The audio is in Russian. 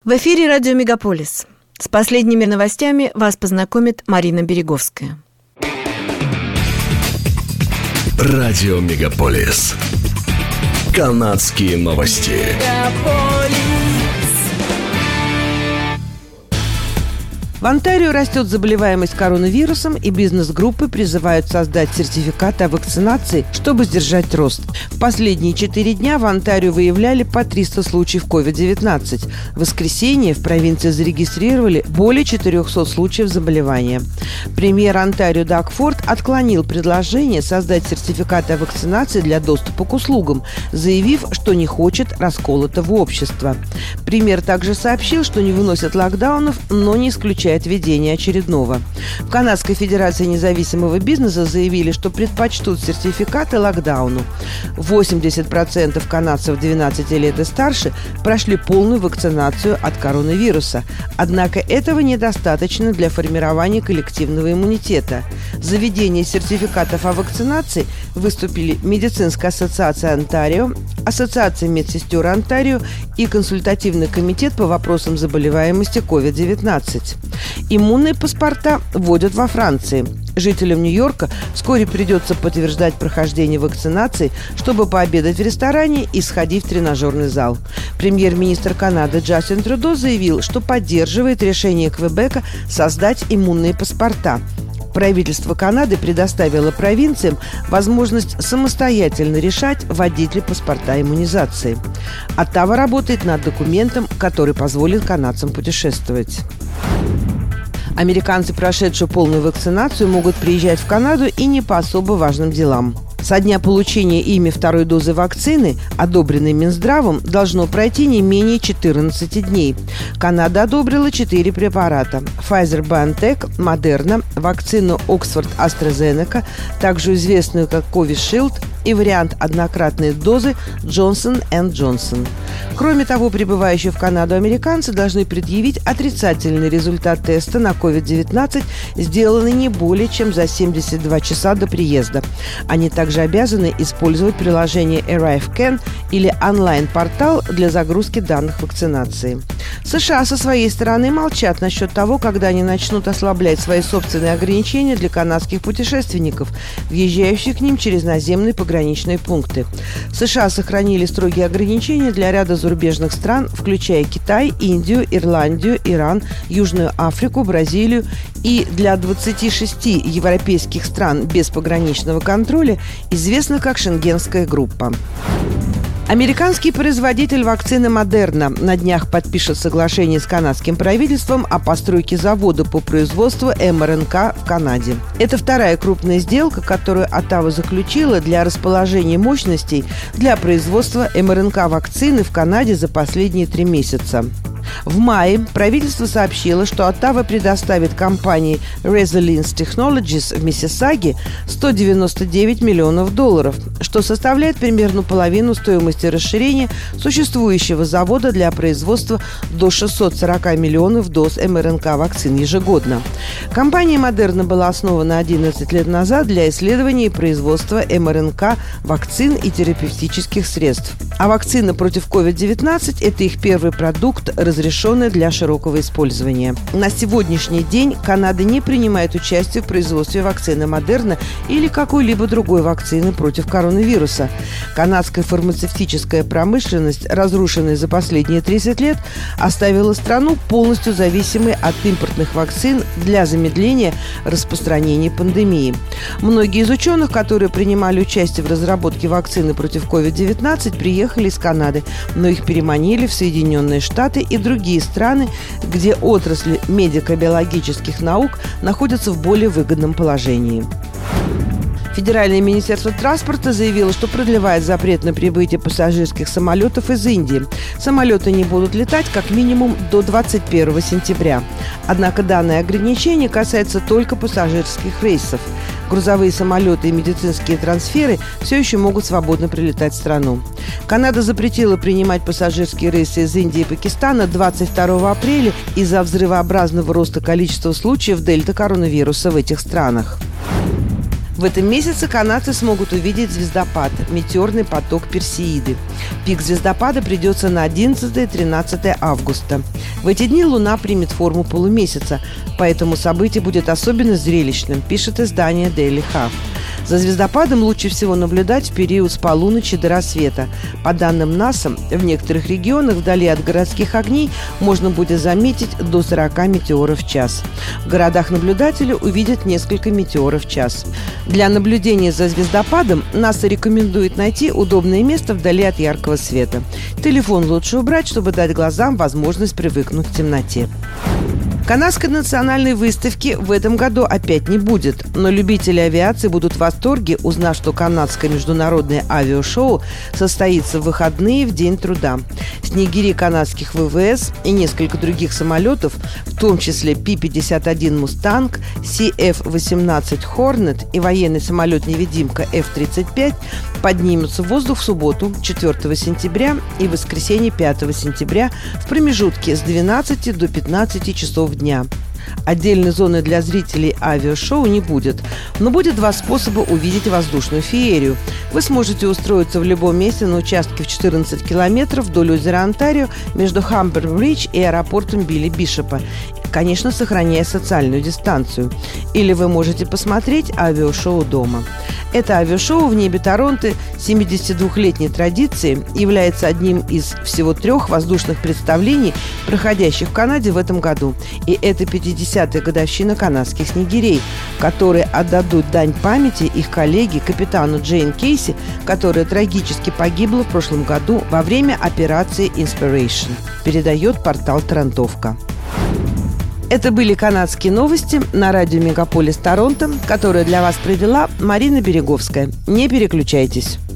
В эфире радио «Мегаполис». С последними новостями вас познакомит Марина Береговская. Радио «Мегаполис». Канадские новости. В Онтарио растет заболеваемость коронавирусом, и бизнес-группы призывают создать сертификаты о вакцинации, чтобы сдержать рост. В последние 4 дня в Онтарио выявляли по 300 случаев COVID-19. В воскресенье в провинции зарегистрировали более 400 случаев заболевания. Премьер Онтарио Даг Форд отклонил предложение создать сертификаты о вакцинации для доступа к услугам, заявив, что не хочет расколотого общества. Премьер также сообщил, что не выносит локдаунов, но не исключает введение очередного. В Канадской Федерации независимого бизнеса заявили, что предпочтут сертификаты локдауну. 80% канадцев 12 лет и старше прошли полную вакцинацию от коронавируса. Однако этого недостаточно для формирования коллективного иммунитета. За введение сертификатов о вакцинации выступили Медицинская ассоциация Онтарио, Ассоциация медсестер Онтарио и Консультативный комитет по вопросам заболеваемости COVID-19. Иммунные паспорта вводят во Франции. Жителям Нью-Йорка вскоре придется подтверждать прохождение вакцинации, чтобы пообедать в ресторане и сходить в тренажерный зал. Премьер-министр Канады Джастин Трюдо заявил, что поддерживает решение Квебека создать иммунные паспорта. Правительство Канады предоставило провинциям возможность самостоятельно решать, вводить ли паспорта иммунизации. Оттава работает над документом, который позволит канадцам путешествовать. Американцы, прошедшие полную вакцинацию, могут приезжать в Канаду и не по особо важным делам. Со дня получения ими второй дозы вакцины, одобренной Минздравом, должно пройти не менее 14 дней. Канада одобрила 4 препарата – Pfizer-BioNTech, Moderna, вакцину Oxford-AstraZeneca, также известную как Covishield, и вариант однократной дозы Johnson & Johnson. Кроме того, прибывающие в Канаду американцы должны предъявить отрицательный результат теста на COVID-19, сделанный не более чем за 72 часа до приезда. Они также обязаны использовать приложение ArriveCan или онлайн-портал для загрузки данных вакцинации. США со своей стороны молчат насчет того, когда они начнут ослаблять свои собственные ограничения для канадских путешественников, въезжающих к ним через наземные пограничные пункты. США сохранили строгие ограничения для ряда зарубежных стран, включая Китай, Индию, Ирландию, Иран, Южную Африку, Бразилию, и для 26 европейских стран без пограничного контроля, известных как Шенгенская группа. Американский производитель вакцины Moderna на днях подпишет соглашение с канадским правительством о постройке завода по производству МРНК в Канаде. Это вторая крупная сделка, которую Оттава заключила для расположения мощностей для производства МРНК-вакцины в Канаде за последние 3 месяца. В мае правительство сообщило, что Оттава предоставит компании Resilience Technologies в Миссисаге $199 миллионов, что составляет примерно половину стоимости расширения существующего завода для производства до 640 миллионов доз МРНК-вакцин ежегодно. Компания Moderna была основана 11 лет назад для исследования и производства МРНК-вакцин и терапевтических средств. А вакцина против COVID-19 – это их первый продукт, разрешенный для широкого использования. На сегодняшний день Канада не принимает участие в производстве вакцины Moderna или какой-либо другой вакцины против коронавируса. Канадская фармацевтическая промышленность, разрушенная за последние 30 лет, оставила страну полностью зависимой от импортных вакцин для замедления распространения пандемии. Многие из ученых, которые принимали участие в разработке вакцины против COVID-19, приехали из Канады, но их переманили в Соединенные Штаты и другие страны, где отрасли медико-биологических наук находятся в более выгодном положении. Федеральное министерство транспорта заявило, что продлевает запрет на прибытие пассажирских самолетов из Индии. Самолеты не будут летать как минимум до 21 сентября. Однако данное ограничение касается только пассажирских рейсов. Грузовые самолеты и медицинские трансферы все еще могут свободно прилетать в страну. Канада запретила принимать пассажирские рейсы из Индии и Пакистана 22 апреля из-за взрывообразного роста количества случаев дельта коронавируса в этих странах. В этом месяце канадцы смогут увидеть звездопад – метеорный поток Персеиды. Пик звездопада придется на 11-13 августа. В эти дни Луна примет форму полумесяца, поэтому событие будет особенно зрелищным, пишет издание Daily Half. За звездопадом лучше всего наблюдать в период с полуночи до рассвета. По данным НАСА, в некоторых регионах вдали от городских огней можно будет заметить до 40 метеоров в час. В городах наблюдатели увидят несколько метеоров в час. Для наблюдения за звездопадом НАСА рекомендует найти удобное место вдали от яркого света. Телефон лучше убрать, чтобы дать глазам возможность привыкнуть к темноте. Канадской национальной выставки в этом году опять не будет, но любители авиации будут в восторге, узнав, что канадское международное авиашоу состоится в выходные в День труда. Снегири канадских ВВС и несколько других самолетов, в том числе P-51 «Мустанг», CF-18 «Хорнет» и военный самолет-невидимка F-35, поднимутся в воздух в субботу, 4 сентября и воскресенье, 5 сентября, в промежутке с 12 до 15 часов дня. Отдельной зоны для зрителей авиашоу не будет, но будет два способа увидеть воздушную феерию. Вы сможете устроиться в любом месте на участке в 14 километров вдоль озера Онтарио между Хамбер-Бридж и аэропортом Билли Бишопа, конечно, сохраняя социальную дистанцию. Или вы можете посмотреть авиашоу дома. Это авиашоу в небе Торонто 72-летней традиции является одним из всего 3 воздушных представлений, проходящих в Канаде в этом году. И это 50-я годовщина канадских снегирей, которые отдадут дань памяти их коллеге, капитану Джейн Кейси, которая трагически погибла в прошлом году во время операции Inspiration, передает портал Тарантовка. Это были канадские новости на радио Мегаполис Торонто, которые для вас провела Марина Береговская. Не переключайтесь.